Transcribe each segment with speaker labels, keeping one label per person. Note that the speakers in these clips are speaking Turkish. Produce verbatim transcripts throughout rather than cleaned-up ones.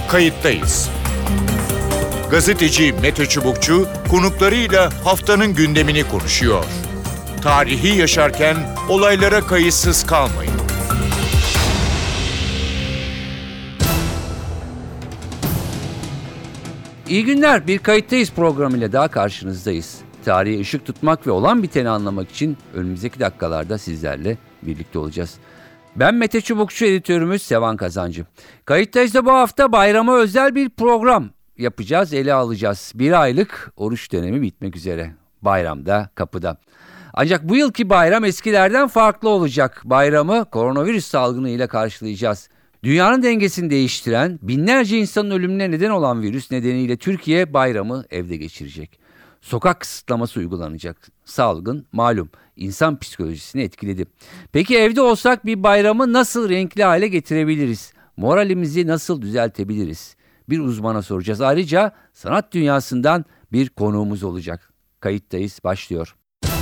Speaker 1: Kayıttayız. Gazeteci Mete Çubukçu konuklarıyla haftanın gündemini konuşuyor. Tarihi yaşarken olaylara kayıtsız kalmayın.
Speaker 2: İyi günler. Bir Kayıttayız programıyla daha karşınızdayız. Tarihe ışık tutmak ve olan biteni anlamak için önümüzdeki dakikalarda sizlerle birlikte olacağız. Ben Mete Çubukçu, editörümüz Sevan Kazancı. Kayıttayız'da bu hafta bayrama özel bir program yapacağız, ele alacağız. Bir aylık oruç dönemi bitmek üzere. Bayram da kapıda. Ancak bu yılki bayram eskilerden farklı olacak. Bayramı koronavirüs salgını ile karşılayacağız. Dünyanın dengesini değiştiren, binlerce insanın ölümüne neden olan virüs nedeniyle Türkiye bayramı evde geçirecek. Sokak kısıtlaması uygulanacak. Salgın malum insan psikolojisini etkiledi. Peki evde olsak bir bayramı nasıl renkli hale getirebiliriz? Moralimizi nasıl düzeltebiliriz? Bir uzmana soracağız. Ayrıca sanat dünyasından bir konuğumuz olacak. Kayıttayız başlıyor.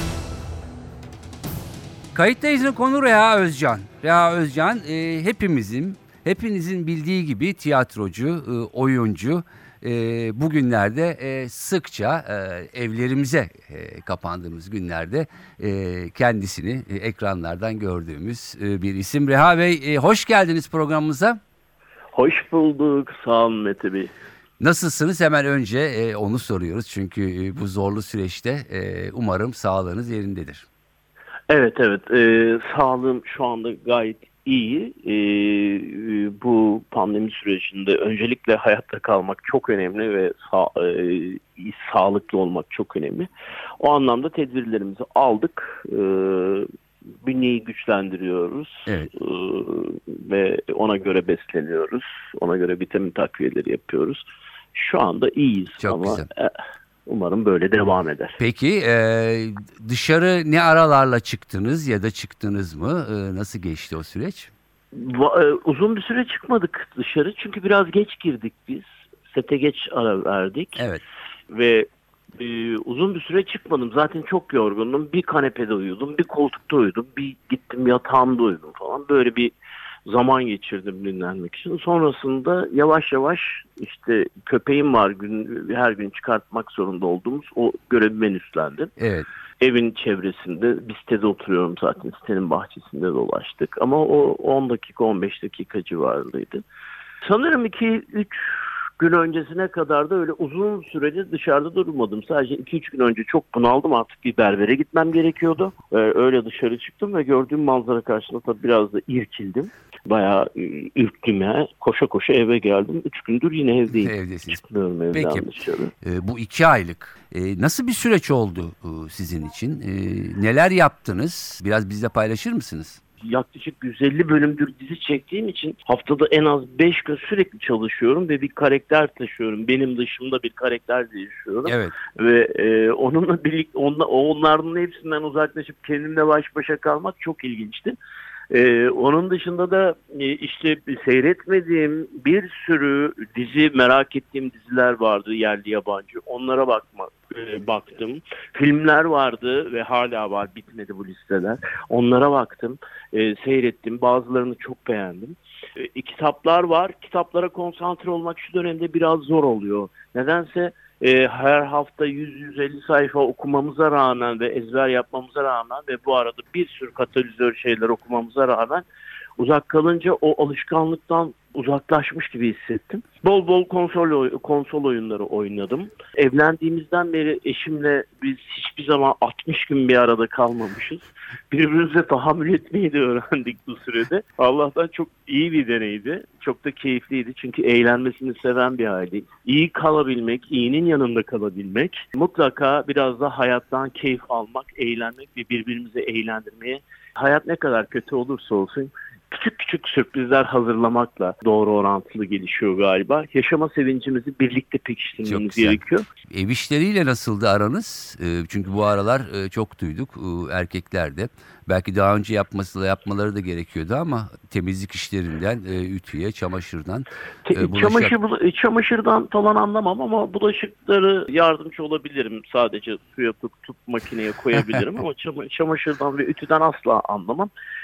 Speaker 2: Kayıttayız'ın konu Reha Özcan. Reha Özcan e, hepimizin, hepinizin bildiği gibi tiyatrocu, e, oyuncu. E, bugünlerde e, sıkça e, evlerimize e, kapandığımız günlerde e, kendisini e, ekranlardan gördüğümüz e, bir isim. Reha Bey, e, hoş geldiniz programımıza.
Speaker 3: Hoş bulduk. Sağ olun Mete Bey.
Speaker 2: Nasılsınız? Hemen önce e, onu soruyoruz. Çünkü e, bu zorlu süreçte e, umarım sağlığınız yerindedir.
Speaker 3: Evet evet. Ee, sağlığım şu anda gayet iyi. Ee, bu pandemi sürecinde öncelikle hayatta kalmak çok önemli ve sa- e, sağlıklı olmak çok önemli. O anlamda tedbirlerimizi aldık. Ee, bünyeyi güçlendiriyoruz.
Speaker 2: Evet.
Speaker 3: Ee, ve ona göre besleniyoruz. Ona göre vitamin takviyeleri yapıyoruz. Şu anda iyiyiz.
Speaker 2: Çok
Speaker 3: ama
Speaker 2: güzel.
Speaker 3: E, Umarım böyle devam eder.
Speaker 2: Peki e, dışarı ne aralarla çıktınız ya da çıktınız mı? E, nasıl geçti o süreç?
Speaker 3: Va- e, Uzun bir süre çıkmadık dışarı çünkü biraz geç girdik biz. Sete geç ara verdik.
Speaker 2: Evet.
Speaker 3: Ve e, uzun bir süre çıkmadım. Zaten çok yorgundum. Bir kanepede uyudum, bir koltukta uyudum, bir gittim yatağımda uyudum falan. Böyle bir zaman geçirdim dinlenmek için. Sonrasında yavaş yavaş işte köpeğim var, gün, her gün çıkartmak zorunda olduğumuz o görevi ben üstlendim.
Speaker 2: Evet.
Speaker 3: Evin çevresinde, bir sitede oturuyorum zaten, sitenin bahçesinde dolaştık ama o on dakika on beş dakika civarındaydı. Sanırım iki üç gün öncesine kadar da öyle uzun sürede dışarıda durmadım. Sadece iki üç gün önce çok bunaldım, artık bir berbere gitmem gerekiyordu. Ee, öyle dışarı çıktım ve gördüğüm manzara karşısında tabii biraz da irkildim. Bayağı ürktüm ya. Koşa koşa eve geldim. Üç gündür yine evdeyim.
Speaker 2: Evdesiniz.
Speaker 3: Çıkmıyorum evden
Speaker 2: Peki.
Speaker 3: dışarı.
Speaker 2: E, bu iki aylık e, nasıl bir süreç oldu e, sizin için? E, neler yaptınız? Biraz bizle paylaşır mısınız?
Speaker 3: Yaklaşık yüz elli bölümdür dizi çektiğim için haftada en az beş gün sürekli çalışıyorum ve bir karakter taşıyorum. Benim dışımda bir karakter yaşıyorum.
Speaker 2: Evet.
Speaker 3: Ve e, onunla birlikte onla, onların hepsinden uzaklaşıp kendimle baş başa kalmak çok ilginçti. Ee, onun dışında da e, işte seyretmediğim bir sürü dizi, merak ettiğim diziler vardı, yerli yabancı. Onlara bakma, e, baktım. Filmler vardı ve hala var, bitmedi bu listeler. Onlara baktım, e, seyrettim. Bazılarını çok beğendim. E, kitaplar var. Kitaplara konsantre olmak şu dönemde biraz zor oluyor. Nedense e, her hafta yüz yüz elli sayfa okumamıza rağmen ve ezber yapmamıza rağmen ve bu arada bir sürü katalizör şeyler okumamıza rağmen uzak kalınca o alışkanlıktan uzaklaşmış gibi hissettim. Bol bol konsol konsol oyunları oynadım. Evlendiğimizden beri eşimle biz hiçbir zaman altmış gün bir arada kalmamışız. Birbirimize tahammül etmeyi de öğrendik bu sürede. Allah'tan çok iyi bir deneydi. Çok da keyifliydi çünkü eğlenmesini seven bir aile. İyi kalabilmek, iyinin yanında kalabilmek, mutlaka biraz da hayattan keyif almak, eğlenmek ve birbirimizi eğlendirmeye. Hayat ne kadar kötü olursa olsun küçük küçük sürprizler hazırlamakla doğru orantılı gelişiyor galiba. Yaşama sevincimizi birlikte pekiştirmemiz gerekiyor.
Speaker 2: Ev işleriyle nasıldı aranız? E, çünkü bu aralar e, çok duyduk e, erkeklerde. Belki daha önce yapması da yapmaları da gerekiyordu ama temizlik işlerinden, e, ütüye, çamaşırdan.
Speaker 3: E, Çamaşır, çamaşırdan falan anlamam ama bulaşıkları yardımcı olabilirim. Sadece suya tutup makineye koyabilirim ama çamaşırdan ve ütüden asla anlamam.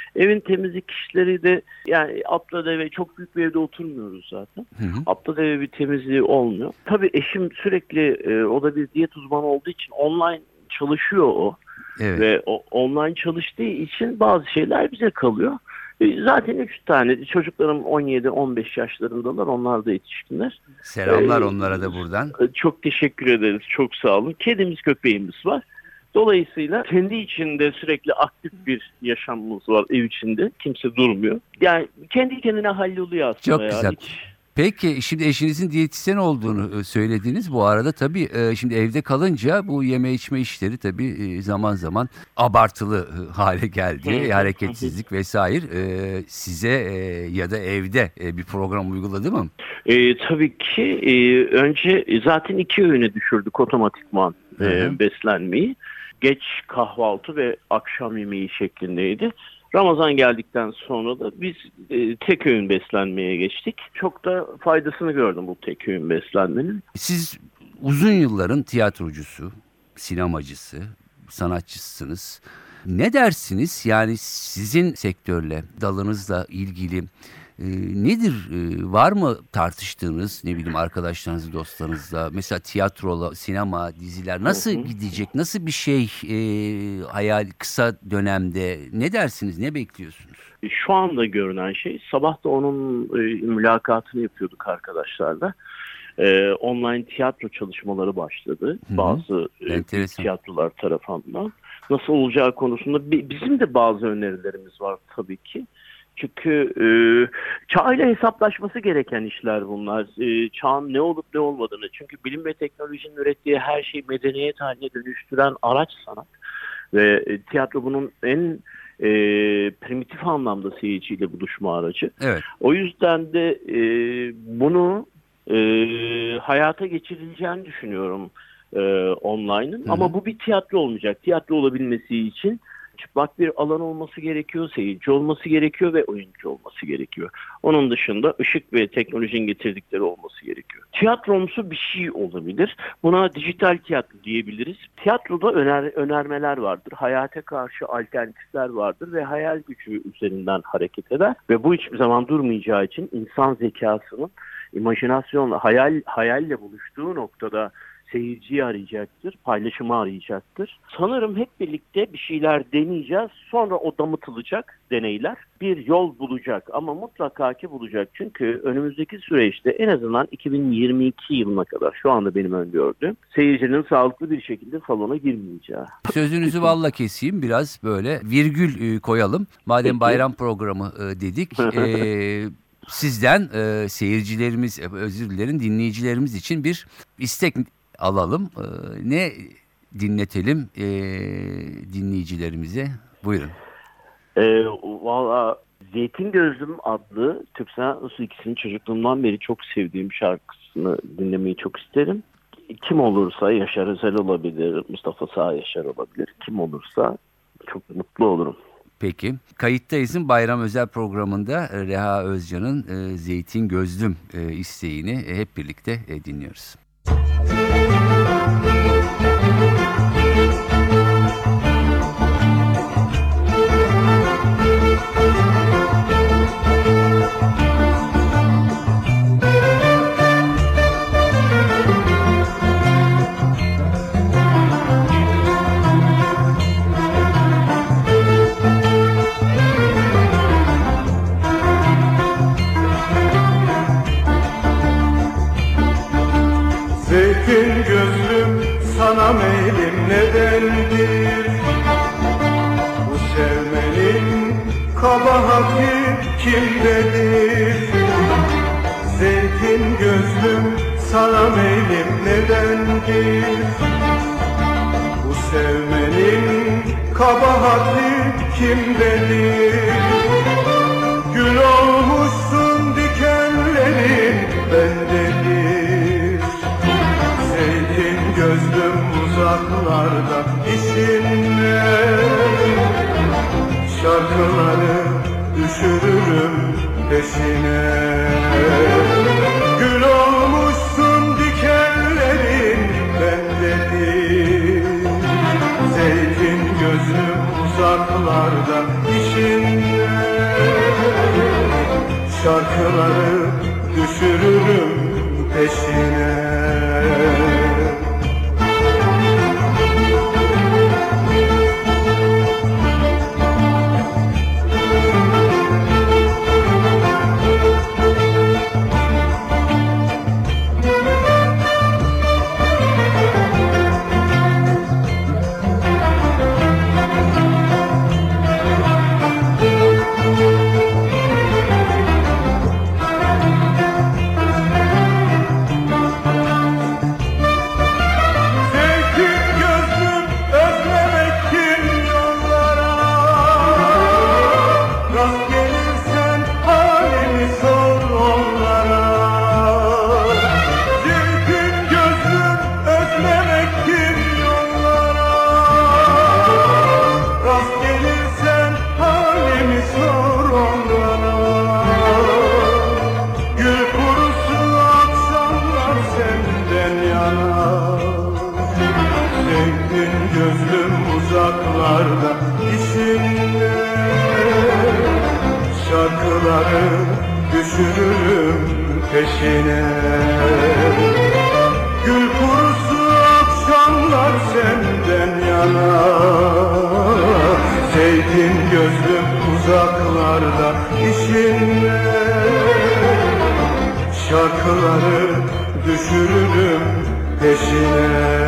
Speaker 3: Evin temizlik işleri de yani atla deve, çok büyük bir evde oturmuyoruz zaten.
Speaker 2: Hı hı.
Speaker 3: Atla deve bir temizliği olmuyor. Tabii eşim sürekli e, o da bir diyet uzmanı olduğu için online çalışıyor o.
Speaker 2: Evet.
Speaker 3: Ve o, online çalıştığı için bazı şeyler bize kalıyor. E, Zaten üç tane çocuklarım on yedi on beş yaşlarındalar. Onlar da yetişkinler.
Speaker 2: Selamlar
Speaker 3: Ee,
Speaker 2: onlara da buradan.
Speaker 3: Çok teşekkür ederiz. Çok sağ olun. Kedimiz, köpeğimiz var. Dolayısıyla kendi içinde sürekli aktif bir yaşamımız var ev içinde. Kimse durmuyor. Yani kendi kendine halloluyor aslında.
Speaker 2: Çok
Speaker 3: ya.
Speaker 2: güzel.
Speaker 3: Hiç-
Speaker 2: Peki şimdi eşinizin diyetisyen olduğunu e, söylediniz. Bu arada tabii e, şimdi evde kalınca bu yeme içme işleri tabii e, zaman zaman abartılı e, hale geldi.
Speaker 3: Hı hı,
Speaker 2: Hareketsizlik vesaire. E, Size e, ya da evde e, bir program uyguladı mı?
Speaker 3: Ee, tabii ki e, önce zaten iki öğüne düşürdük otomatikman e,
Speaker 2: Hı hı.
Speaker 3: beslenmeyi. Geç kahvaltı ve akşam yemeği şeklindeydi. Ramazan geldikten sonra da biz e, tek öğün beslenmeye geçtik. Çok da faydasını gördüm bu tek öğün beslenmenin.
Speaker 2: Siz uzun yılların tiyatrocusu, sinemacısı, sanatçısınız. Ne dersiniz? Yani sizin sektörle, dalınızla ilgili e, nedir? E, var mı tartıştığınız, ne bileyim arkadaşlarınızla, dostlarınızla? Mesela tiyatro, sinema, diziler nasıl
Speaker 3: Hı hı.
Speaker 2: gidecek? Nasıl bir şey e, hayal kısa dönemde? Ne dersiniz? Ne bekliyorsunuz?
Speaker 3: Şu anda görünen şey, sabah da onun e, mülakatını yapıyorduk arkadaşlarla. E, online tiyatro çalışmaları başladı.
Speaker 2: Hı hı.
Speaker 3: Bazı e,
Speaker 2: Enteresan.
Speaker 3: tiyatrolar tarafından. Nasıl olacağı konusunda bi- bizim de bazı önerilerimiz var tabii ki. Çünkü e, çağıyla hesaplaşması gereken işler bunlar. E, çağın ne olup ne olmadığını. Çünkü bilim ve teknolojinin ürettiği her şeyi medeniyet haline dönüştüren araç sanat. Ve e, tiyatro bunun en e, primitif anlamda seyirciyle buluşma aracı.
Speaker 2: Evet.
Speaker 3: O yüzden de e, bunu e, hayata geçirileceğini düşünüyorum e, online'ın.
Speaker 2: Hı hı.
Speaker 3: Ama bu bir tiyatro olmayacak. Tiyatro olabilmesi için çıplak bir alan olması gerekiyor, seyirci olması gerekiyor ve oyuncu olması gerekiyor. Onun dışında ışık ve teknolojinin getirdikleri olması gerekiyor. Tiyatromsu bir şey olabilir. Buna dijital tiyatro diyebiliriz. Tiyatroda öner, önermeler vardır. Hayata karşı alternatifler vardır ve hayal gücü üzerinden hareket eder. Ve bu hiçbir zaman durmayacağı için insan zekasının imajinasyonla, hayal hayalle buluştuğu noktada seyirciyi arayacaktır, paylaşımı arayacaktır. Sanırım hep birlikte bir şeyler deneyeceğiz. Sonra o damıtılacak deneyler bir yol bulacak ama mutlaka ki bulacak. Çünkü önümüzdeki süreçte en azından iki bin yirmi iki yılına kadar şu anda benim öngördüğüm seyircinin sağlıklı bir şekilde salona girmeyeceği.
Speaker 2: Sözünüzü valla keseyim, biraz böyle virgül e, koyalım. Madem
Speaker 3: Peki.
Speaker 2: bayram programı e, dedik. E, sizden e, seyircilerimiz, e, özür dilerim dinleyicilerimiz için bir istek alalım. E, ne dinletelim e, dinleyicilerimize? Buyurun.
Speaker 3: E, Valla Zeytin Gözlüm adlı Türk Sanat Müziği ikisinin çocukluğumdan beri çok sevdiğim şarkısını dinlemeyi çok isterim. Kim olursa, Yaşar Özel olabilir, Mustafa Sağ Yaşar olabilir. Kim olursa çok mutlu olurum.
Speaker 2: Peki. Kayıttayız'ın bayram özel programında e, Reha Özcan'ın e, Zeytin Gözlüm e, isteğini e, hep birlikte e, dinliyoruz.
Speaker 4: Zeytin gözlüm sana meylim nedendir? Bu sevmenin kabahati kimdedir? Zeytin gözlüm sana meylim nedendir? Bu sevmenin kabahati kimdedir? Gül olmuşsun dikenlerin bendedir. Zeytin gözlüm uzaklarda işinle, şarkıları düşürürüm peşine. Gül olmuşsun dikenlerin bendedir. Zeytin gözlüm uzaklarda işinle, şarkıları düşürürüm peşine. Şarkıları düşürürüm peşine. Gül kurusu akşamlar senden yana. Sevdim gözlüm uzaklarda işinle. Şarkıları düşürürüm peşine.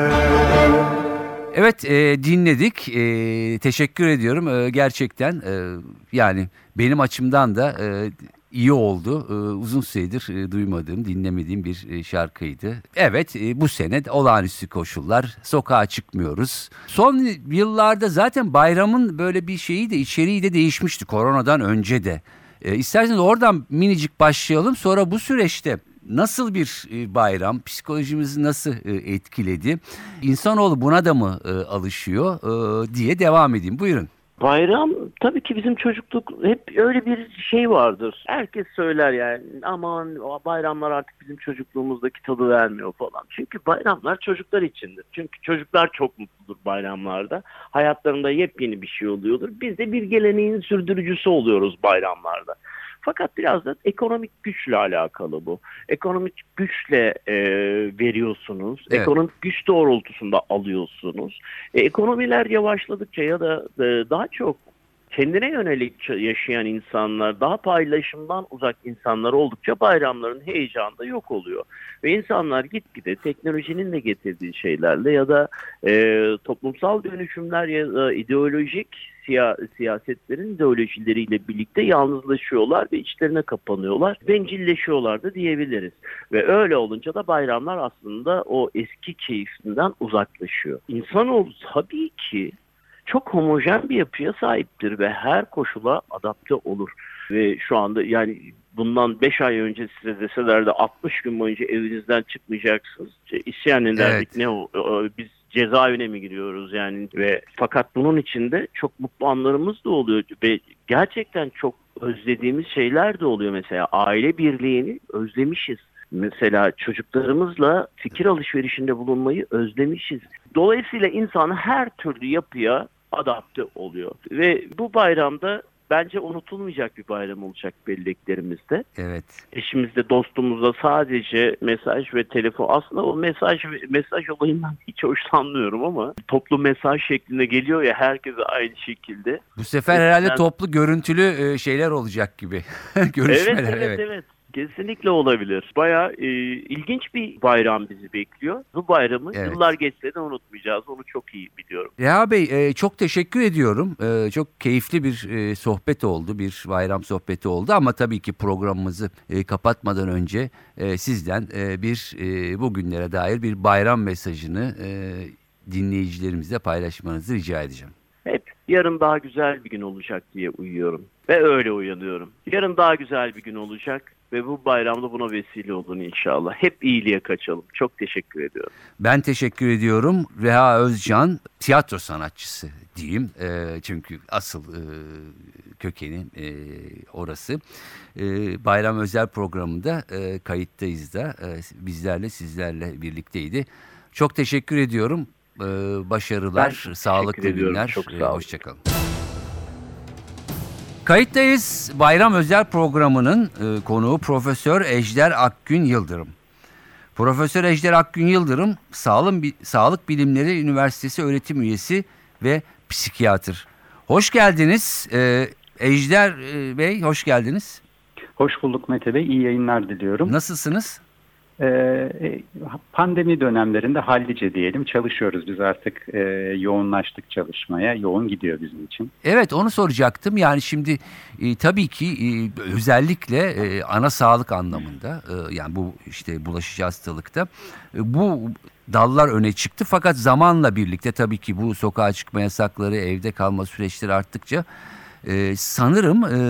Speaker 2: Evet, e, dinledik. E, teşekkür ediyorum. E, gerçekten e, yani benim açımdan da e, iyi oldu. E, uzun süredir e, duymadığım, dinlemediğim bir e, şarkıydı. Evet, e, bu sene olağanüstü koşullar. Sokağa çıkmıyoruz. Son yıllarda zaten bayramın böyle bir şeyi de içeriği de değişmişti koronadan önce de. E, isterseniz oradan minicik başlayalım. Sonra bu süreçte nasıl bir bayram, psikolojimizi nasıl etkiledi, İnsanoğlu buna da mı alışıyor diye devam edeyim. Buyurun.
Speaker 3: Bayram tabii ki bizim çocukluk hep öyle bir şey vardır. Herkes söyler yani aman bayramlar artık bizim çocukluğumuzdaki tadı vermiyor falan. Çünkü bayramlar çocuklar içindir. Çünkü çocuklar çok mutludur bayramlarda. Hayatlarında yepyeni bir şey oluyordur. Biz de bir geleneğin sürdürücüsü oluyoruz bayramlarda. Fakat biraz da ekonomik güçle alakalı bu. Ekonomik güçle e, veriyorsunuz. Evet. Ekonomik güç doğrultusunda alıyorsunuz. E, ekonomiler yavaşladıkça ya da e, daha çok kendine yönelik yaşayan insanlar, daha paylaşımdan uzak insanlar oldukça bayramların heyecanı da yok oluyor. Ve insanlar gitgide teknolojinin de getirdiği şeylerle ya da e, toplumsal dönüşümler ya da ideolojik siya, siyasetlerin ideolojileriyle birlikte yalnızlaşıyorlar ve içlerine kapanıyorlar. Bencilleşiyorlar da diyebiliriz. Ve öyle olunca da bayramlar aslında o eski keyfinden uzaklaşıyor. İnsanoğlu tabii ki çok homojen bir yapıya sahiptir ve her koşula adapte olur. Ve şu anda yani bundan beş ay önce size deselerdi altmış gün boyunca evinizden çıkmayacaksınız. İsyan ederdik. Evet. Ne o, o biz cezaevine mi giriyoruz yani ve fakat bunun içinde çok mutlu anlarımız da oluyor ve gerçekten çok özlediğimiz şeyler de oluyor. Mesela aile birliğini özlemişiz. Mesela çocuklarımızla fikir alışverişinde bulunmayı özlemişiz. Dolayısıyla insan her türlü yapıya adapte oluyor. Ve bu bayramda bence unutulmayacak bir bayram olacak belleklerimizde.
Speaker 2: Evet.
Speaker 3: Eşimizde, dostumuzda sadece mesaj ve telefon. Aslında o mesaj mesaj olayından hiç hoşlanmıyorum ama toplu mesaj şeklinde geliyor ya herkese aynı şekilde.
Speaker 2: Bu sefer Eskiden... herhalde toplu görüntülü şeyler olacak gibi. Görüşmeler.
Speaker 3: Evet, evet, evet. evet. Kesinlikle olabilir. Bayağı e, ilginç bir bayram bizi bekliyor. Bu bayramı evet. yıllar geçse de unutmayacağız. Onu çok iyi biliyorum.
Speaker 2: Reha Bey e, çok teşekkür ediyorum. E, çok keyifli bir e, sohbet oldu. Bir bayram sohbeti oldu ama tabii ki programımızı e, kapatmadan önce e, sizden e, bir e, bugünlere dair bir bayram mesajını e, dinleyicilerimizle paylaşmanızı rica edeceğim.
Speaker 3: Hep yarın daha güzel bir gün olacak diye uyuyorum ve öyle uyanıyorum. Yarın daha güzel bir gün olacak. Ve bu bayramda buna vesile olun inşallah. Hep iyiliğe kaçalım. Çok teşekkür ediyorum.
Speaker 2: Ben teşekkür ediyorum. Reha Özcan tiyatro sanatçısı diyeyim. E, çünkü asıl e, kökeni e, orası. E, bayram özel programında e, kayıttayız da e, bizlerle sizlerle birlikteydi. Çok teşekkür ediyorum. E, başarılar, sağlıklı günler.
Speaker 3: Çok sağ olun.
Speaker 2: E, hoşça kalın. Kayıttayız. Bayram özel programının e, konuğu Profesör Ejder Akgün Yıldırım. Profesör Ejder Akgün Yıldırım, Sağlık, Sağlık Bilimleri Üniversitesi öğretim üyesi ve psikiyatr. Hoş geldiniz e, Ejder e, Bey, hoş geldiniz.
Speaker 5: Hoş bulduk Mete Bey, iyi yayınlar diliyorum.
Speaker 2: Nasılsınız?
Speaker 5: Ee, pandemi dönemlerinde hallice diyelim, çalışıyoruz biz artık, e, yoğunlaştık çalışmaya, yoğun gidiyor bizim için.
Speaker 2: Evet, onu soracaktım. Yani şimdi e, tabii ki e, özellikle e, ana sağlık anlamında e, yani bu işte bulaşıcı hastalıkta e, bu dallar öne çıktı. Fakat zamanla birlikte tabii ki bu sokağa çıkma yasakları, evde kalma süreçleri arttıkça e, sanırım e,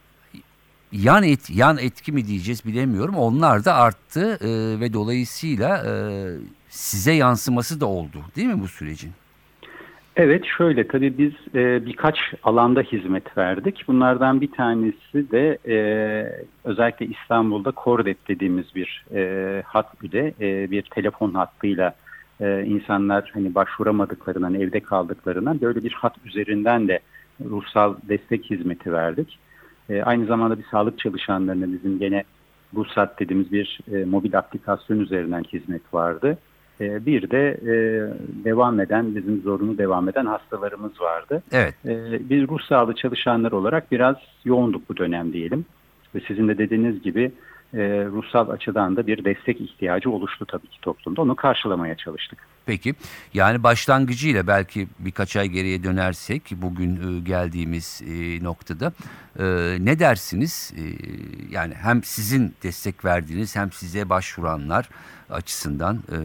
Speaker 2: yan et yan etki mi diyeceğiz bilemiyorum. Onlar da arttı e, ve dolayısıyla e, size yansıması da oldu, değil mi bu sürecin?
Speaker 5: Evet, şöyle tabii biz e, birkaç alanda hizmet verdik. Bunlardan bir tanesi de e, özellikle İstanbul'da Kordet dediğimiz bir e, hat ile e, bir telefon hattıyla e, insanlar hani başvuramadıklarından, evde kaldıklarından böyle bir hat üzerinden de ruhsal destek hizmeti verdik. E, aynı zamanda bir sağlık çalışanlarına bizim gene Ruhsat dediğimiz bir e, mobil aplikasyon üzerinden hizmet vardı. E, bir de e, devam eden, bizim zorunlu devam eden hastalarımız vardı.
Speaker 2: Evet.
Speaker 5: E, biz ruh sağlığı çalışanları olarak biraz yoğunduk bu dönem diyelim. Ve sizin de dediğiniz gibi e, ruhsal açıdan da bir destek ihtiyacı oluştu tabii ki toplumda. Onu karşılamaya çalıştık.
Speaker 2: Peki, yani başlangıcıyla belki birkaç ay geriye dönersek bugün e, geldiğimiz e, noktada e, ne dersiniz? E, yani hem sizin destek verdiğiniz hem size başvuranlar açısından e,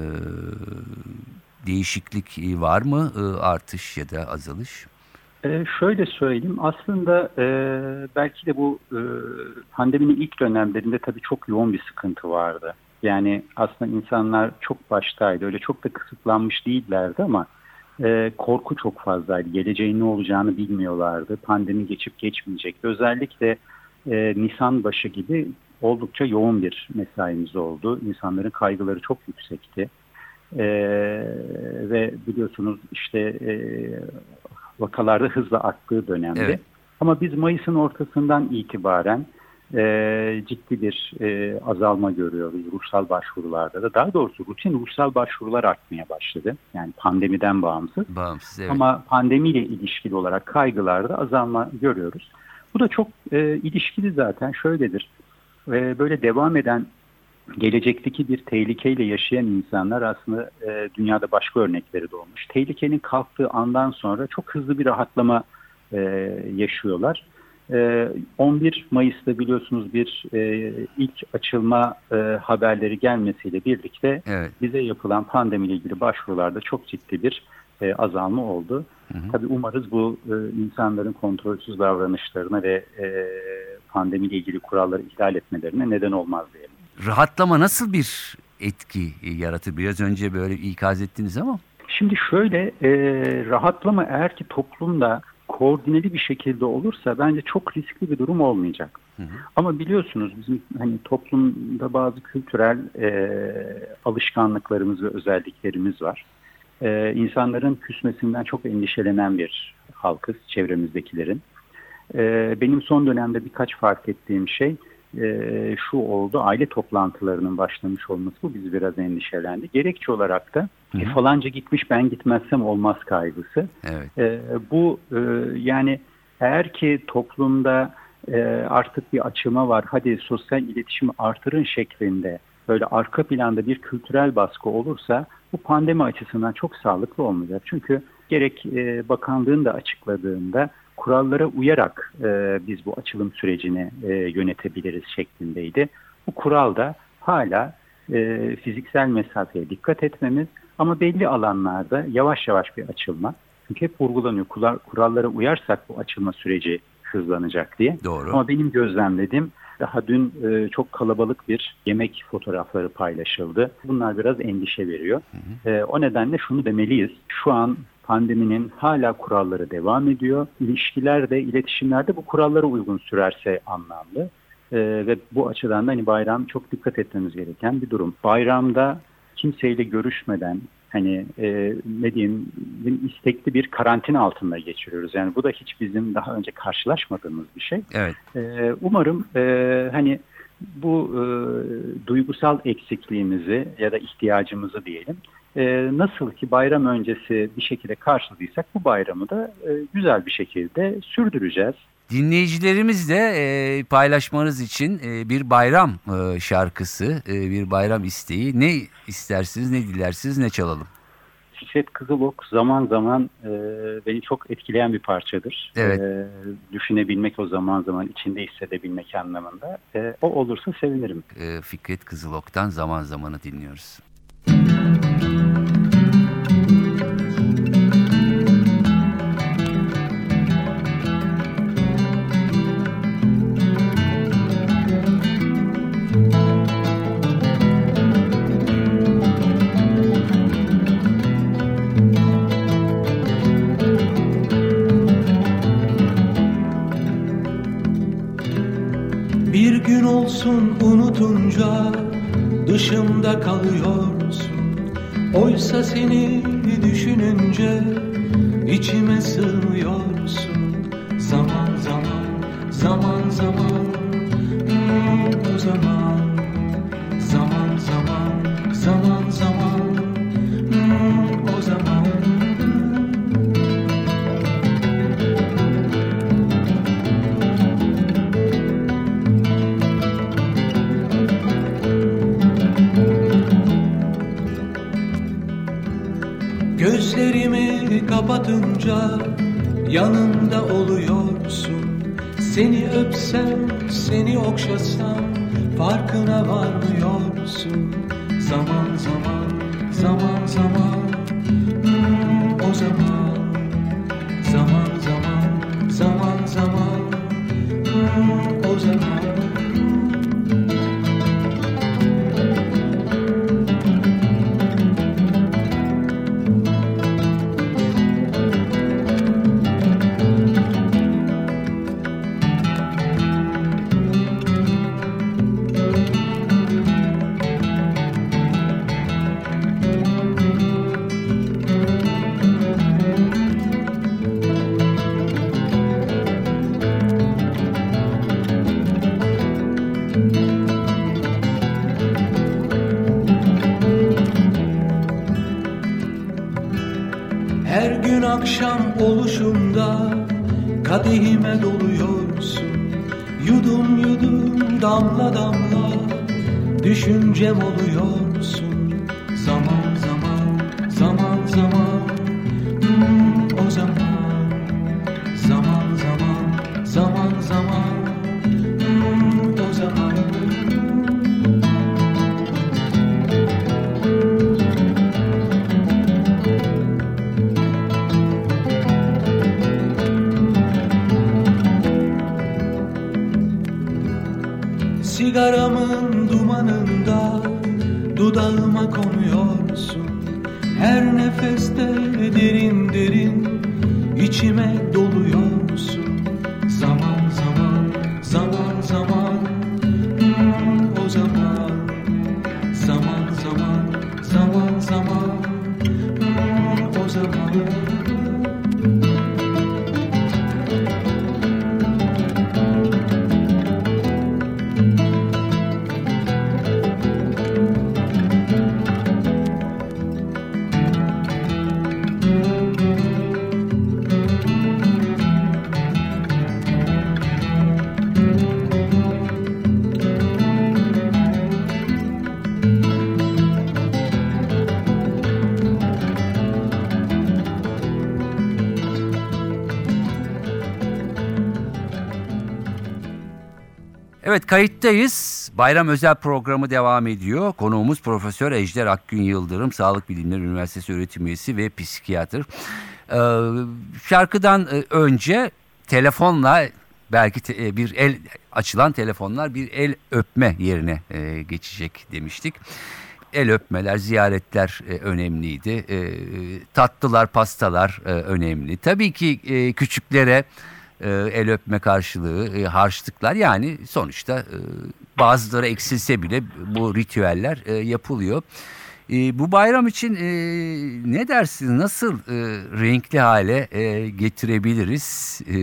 Speaker 2: değişiklik var mı? E, artış ya da azalış?
Speaker 5: Ee, şöyle söyleyeyim, aslında e, belki de bu e, pandeminin ilk dönemlerinde tabii çok yoğun bir sıkıntı vardı. Yani aslında insanlar çok baştaydı, öyle çok da kısıtlanmış değillerdi ama e, korku çok fazlaydı. Geleceğin ne olacağını bilmiyorlardı. Pandemi geçip geçmeyecekti. Özellikle e, Nisan başı gibi oldukça yoğun bir mesaimiz oldu. İnsanların kaygıları çok yüksekti. E, ve biliyorsunuz işte e, vakalarda hızla arttığı dönemde.
Speaker 2: Evet.
Speaker 5: Ama biz Mayıs'ın ortasından itibaren e, ciddi bir e, azalma görüyoruz ruhsal başvurularda da. Daha doğrusu rutin ruhsal başvurular artmaya başladı. Yani pandemiden bağımsız.
Speaker 2: Bağımsız, evet.
Speaker 5: Ama pandemiyle ilişkili olarak kaygılarda azalma görüyoruz. Bu da çok e, ilişkili zaten şöyledir. E, böyle devam eden gelecekteki bir tehlikeyle yaşayan insanlar aslında e, dünyada başka örnekleri de olmuş. Tehlikenin kalktığı andan sonra çok hızlı bir rahatlama e, yaşıyorlar. E, on bir Mayıs'ta biliyorsunuz bir e, ilk açılma e, haberleri gelmesiyle birlikte
Speaker 2: Evet.
Speaker 5: bize yapılan pandemiyle ilgili başvurularda çok ciddi bir e, azalma oldu. Hı hı. Tabii umarız bu e, insanların kontrolsüz davranışlarına ve e, pandemiyle ilgili kuralları ihlal etmelerine neden olmaz diyelim.
Speaker 2: Rahatlama nasıl bir etki yaratır? Biraz önce böyle ikaz ettiniz ama.
Speaker 5: Şimdi şöyle e, rahatlama eğer ki toplumda koordineli bir şekilde olursa bence çok riskli bir durum olmayacak. Hı hı. Ama biliyorsunuz bizim hani toplumda bazı kültürel e, alışkanlıklarımız ve özelliklerimiz var. E, insanların küsmesinden çok endişelenen bir halkız çevremizdekilerin. E, benim son dönemde birkaç fark ettiğim şey e, şu oldu. Aile toplantılarının başlamış olması bu bizi biraz endişelendi. Gerekçe olarak da e, falanca gitmiş ben gitmezsem olmaz kaygısı.
Speaker 2: Evet.
Speaker 5: E, bu e, yani eğer ki toplumda e, artık bir açılma var, hadi sosyal iletişimi artırın şeklinde böyle arka planda bir kültürel baskı olursa bu pandemi açısından çok sağlıklı olmayacak. Çünkü gerek e, bakanlığın da açıkladığında kurallara uyarak e, biz bu açılım sürecini e, yönetebiliriz şeklindeydi. Bu kuralda hala e, fiziksel mesafeye dikkat etmemiz ama belli alanlarda yavaş yavaş bir açılma. Çünkü hep vurgulanıyor kural, kurallara uyarsak bu açılma süreci hızlanacak diye.
Speaker 2: Doğru.
Speaker 5: Ama benim gözlemlediğim daha dün e, çok kalabalık bir yemek fotoğrafları paylaşıldı. Bunlar biraz endişe veriyor. Hı hı. E, o nedenle şunu demeliyiz. Şu an pandeminin hala kuralları devam ediyor. İlişkilerde, iletişimlerde bu kurallara uygun sürerse anlamlı. Ee, ve bu açıdan da hani bayram çok dikkat etmemiz gereken bir durum. Bayramda kimseyle görüşmeden, hani e, ne diyeyim istekli bir karantina altında geçiriyoruz. Yani bu da hiç bizim daha önce karşılaşmadığımız bir şey.
Speaker 2: Evet.
Speaker 5: E, umarım e, hani bu e, duygusal eksikliğimizi ya da ihtiyacımızı diyelim e, nasıl ki bayram öncesi bir şekilde karşıladıysak bu bayramı da e, güzel bir şekilde sürdüreceğiz.
Speaker 2: Dinleyicilerimizle e, paylaşmanız için e, bir bayram e, şarkısı, e, bir bayram isteği ne istersiniz, ne dilersiniz, ne çalalım?
Speaker 5: Fikret Kızılok zaman zaman e, beni çok etkileyen bir parçadır.
Speaker 2: Evet.
Speaker 5: E, düşünebilmek, o zaman zaman içinde hissedebilmek anlamında. E, o olursa sevinirim.
Speaker 2: E, Fikret Kızılok'tan Zaman Zaman'ı dinliyoruz.
Speaker 6: Bir gün olsun unutunca dışımda kalıyorsun. Oysa seni düşününce içime sığmıyorsun. Zaman zaman, zaman zaman, hmm, o zaman. Zaman zaman, zaman zaman, hmm, o zaman. Gözlerimi kapatınca yanımda oluyorsun. Seni öpsem, seni okşasam farkına varmıyorsun. Zaman zaman, zaman zaman, hmm, o zaman. Zaman zaman, zaman zaman, hmm, o zaman. Her gün akşam oluşunda kadehime doluyorsun. Yudum yudum damla damla düşüncem oluyorsun. Zaman zaman, zaman zaman, hmm, o zaman. Zaman zaman, zaman zaman, hmm, o zaman. Sigaramın dumanında dudağıma konuyorsun. Her nefeste derin derin içime doluyorsun. Zaman zaman, zaman zaman, hmm, o zaman. Zaman zaman, zaman zaman, hmm, o zaman.
Speaker 2: Evet, kayıttayız. Bayram özel programı devam ediyor. Konuğumuz Profesör Ejder Akgün Yıldırım, Sağlık Bilimleri Üniversitesi öğretim üyesi ve psikiyatr. Ee, şarkıdan önce telefonla belki te, bir el açılan telefonlar bir el öpme yerine e, geçecek demiştik. El öpmeler, ziyaretler e, önemliydi. E, tatlılar, pastalar e, önemli. Tabii ki e, küçüklere e, el öpme karşılığı, e, harçlıklar, yani sonuçta e, bazıları eksilse bile bu ritüeller e, yapılıyor. E, bu bayram için e, ne dersiniz? Nasıl e, renkli hale e, getirebiliriz? E,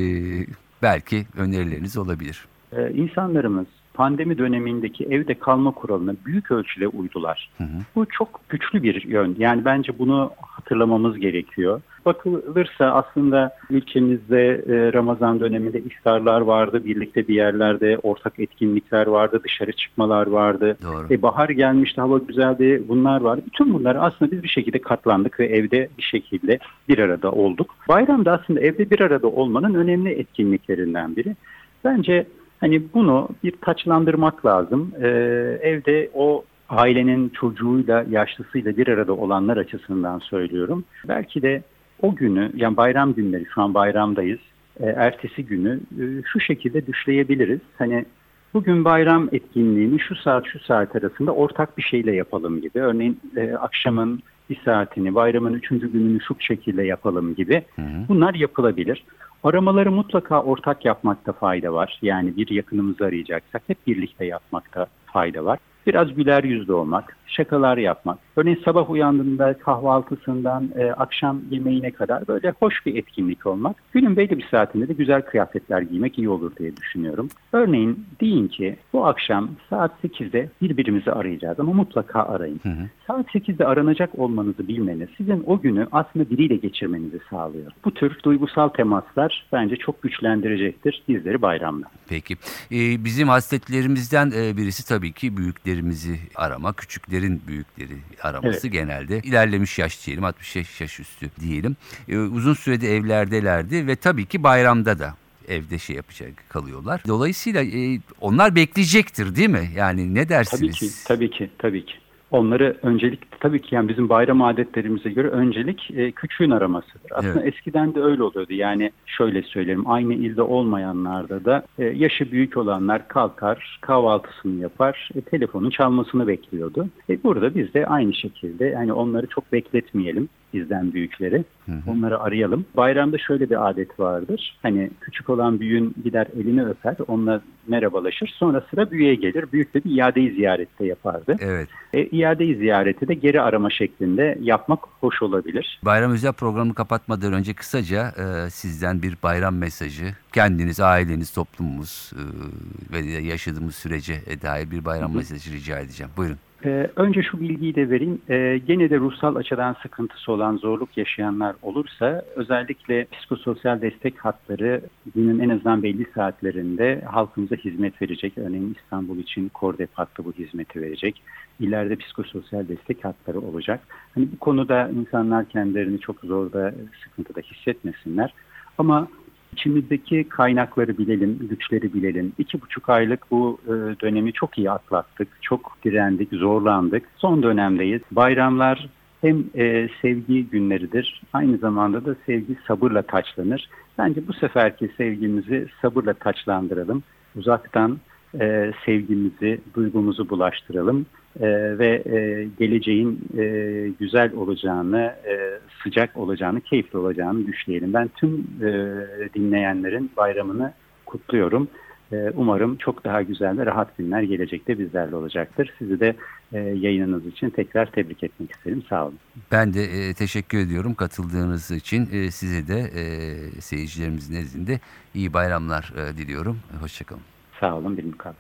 Speaker 2: belki önerileriniz olabilir.
Speaker 5: Ee, insanlarımız pandemi dönemindeki evde kalma kuralına büyük ölçüde uydular. Hı hı. Bu çok güçlü bir yön. Yani bence bunu hatırlamamız gerekiyor. Bakılırsa aslında ülkemizde e, Ramazan döneminde iftarlar vardı, birlikte bir yerlerde ortak etkinlikler vardı, dışarı çıkmalar vardı. E, bahar gelmişti, hava güzeldi, bunlar vardı. Bütün bunları aslında biz bir şekilde katlandık ve evde bir şekilde bir arada olduk. Bayram da aslında evde bir arada olmanın önemli etkinliklerinden biri. Bence hani bunu bir taçlandırmak lazım. Ee, evde o ailenin çocuğuyla, yaşlısıyla bir arada olanlar açısından söylüyorum. Belki de o günü, yani bayram günleri, şu an bayramdayız, e, ertesi günü e, şu şekilde düşleyebiliriz. Hani bugün bayram etkinliğini şu saat şu saat arasında ortak bir şeyle yapalım gibi. Örneğin e, akşamın bir saatini, bayramın üçüncü gününü şu şekilde yapalım gibi. Hı hı. Bunlar yapılabilir. Aramaları mutlaka ortak yapmakta fayda var. Yani bir yakınımızı arayacaksak hep birlikte yapmakta fayda var. Biraz güler yüzlü olmak, şakalar yapmak. Örneğin sabah uyandığında kahvaltısından e, akşam yemeğine kadar böyle hoş bir etkinlik olmak. Günün belli bir saatinde de güzel kıyafetler giymek iyi olur diye düşünüyorum. Örneğin deyin ki bu akşam saat sekizde birbirimizi arayacağız ama mutlaka arayın. Hı hı. Saat sekizde aranacak olmanızı bilmeniz sizin o günü aslında biriyle geçirmenizi sağlıyor. Bu tür duygusal temaslar bence çok güçlendirecektir bizleri bayramda.
Speaker 2: Peki. Ee, bizim hasletlerimizden e, birisi tabii ki büyüklerimizi arama, küçüklerin büyükleri araması evet. Genelde. İlerlemiş yaş diyelim, altmış beş yaş üstü diyelim. Ee, uzun sürede evlerdelerdi ve tabii ki bayramda da evde şey yapacak kalıyorlar. Dolayısıyla e, onlar bekleyecektir değil mi? Yani ne dersiniz?
Speaker 5: Tabii ki, tabii ki, tabii ki. Onları öncelik tabii ki yani bizim bayram adetlerimize göre öncelik e, küçüğün aramasıdır. Aslında evet. Eskiden de öyle oluyordu. Yani şöyle söylerim, aynı ilde olmayanlarda da e, yaşı büyük olanlar kalkar, kahvaltısını yapar, e, telefonun çalmasını bekliyordu. E, burada biz de aynı şekilde yani onları çok bekletmeyelim, bizden büyükleri. Hı hı. Onları arayalım. Bayramda şöyle bir adet vardır. Hani küçük olan büyüğün gider elini öper, onunla merhabalaşır. Sonra sıra büyüğe gelir. Büyük de bir iade-i ziyarette yapardı. Evet. E, iade-i ziyareti de geri arama şeklinde yapmak hoş olabilir.
Speaker 2: Bayram özel programı kapatmadan önce kısaca e, sizden bir bayram mesajı, kendiniz, aileniz, toplumumuz e, ve yaşadığımız sürece dair bir bayram hı hı. mesajı rica edeceğim. Buyurun.
Speaker 5: Ee, önce şu bilgiyi de vereyim. Ee, gene de ruhsal açıdan sıkıntısı olan, zorluk yaşayanlar olursa özellikle psikososyal destek hatları günün en azından belli saatlerinde halkımıza hizmet verecek. Örneğin İstanbul için Kordep hattı bu hizmeti verecek. İleride psikososyal destek hatları olacak. Hani bu konuda insanlar kendilerini çok zorda, sıkıntıda hissetmesinler. Ama İçimizdeki kaynakları bilelim, güçleri bilelim. İki buçuk aylık bu e, dönemi çok iyi atlattık, çok direndik, zorlandık. Son dönemdeyiz. Bayramlar hem e, sevgi günleridir, aynı zamanda da sevgi sabırla taçlanır. Bence bu seferki sevgimizi sabırla taçlandıralım. Uzaktan e, sevgimizi, duygumuzu bulaştıralım. Ee, ve e, geleceğin e, güzel olacağını, e, sıcak olacağını, keyifli olacağını düşleyelim. Ben tüm e, dinleyenlerin bayramını kutluyorum. E, umarım çok daha güzel ve rahat günler gelecekte bizlerle olacaktır. Sizi de e, yayınınız için tekrar tebrik etmek isterim. Sağ olun.
Speaker 2: Ben de e, teşekkür ediyorum katıldığınız için. E, size de e, seyircilerimizin nezdinde iyi bayramlar e, diliyorum. Hoşçakalın.
Speaker 5: Sağ olun. Bir mukabele.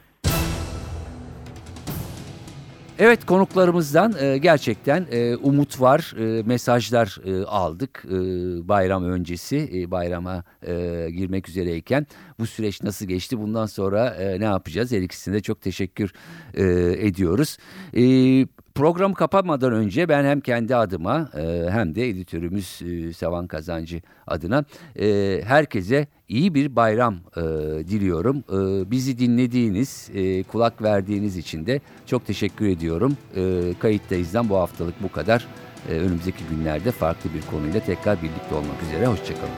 Speaker 2: Evet, konuklarımızdan e, gerçekten e, umut var, e, mesajlar e, aldık e, bayram öncesi, e, bayrama e, girmek üzereyken bu süreç nasıl geçti, bundan sonra e, ne yapacağız? Her ikisine de çok teşekkür e, ediyoruz. E, Programı kapatmadan önce ben hem kendi adıma e, hem de editörümüz e, Sevan Kazancı adına e, herkese iyi bir bayram e, diliyorum. E, bizi dinlediğiniz, e, kulak verdiğiniz için de çok teşekkür ediyorum. E, Kayıttayız'dan bu haftalık bu kadar. E, önümüzdeki günlerde farklı bir konuyla tekrar birlikte olmak üzere. Hoşçakalın.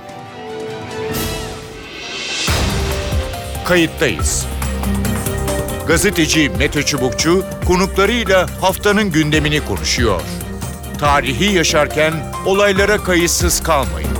Speaker 1: Kayıttayız. Gazeteci Mete Çubukçu konuklarıyla haftanın gündemini konuşuyor. Tarihi yaşarken olaylara kayıtsız kalmayın.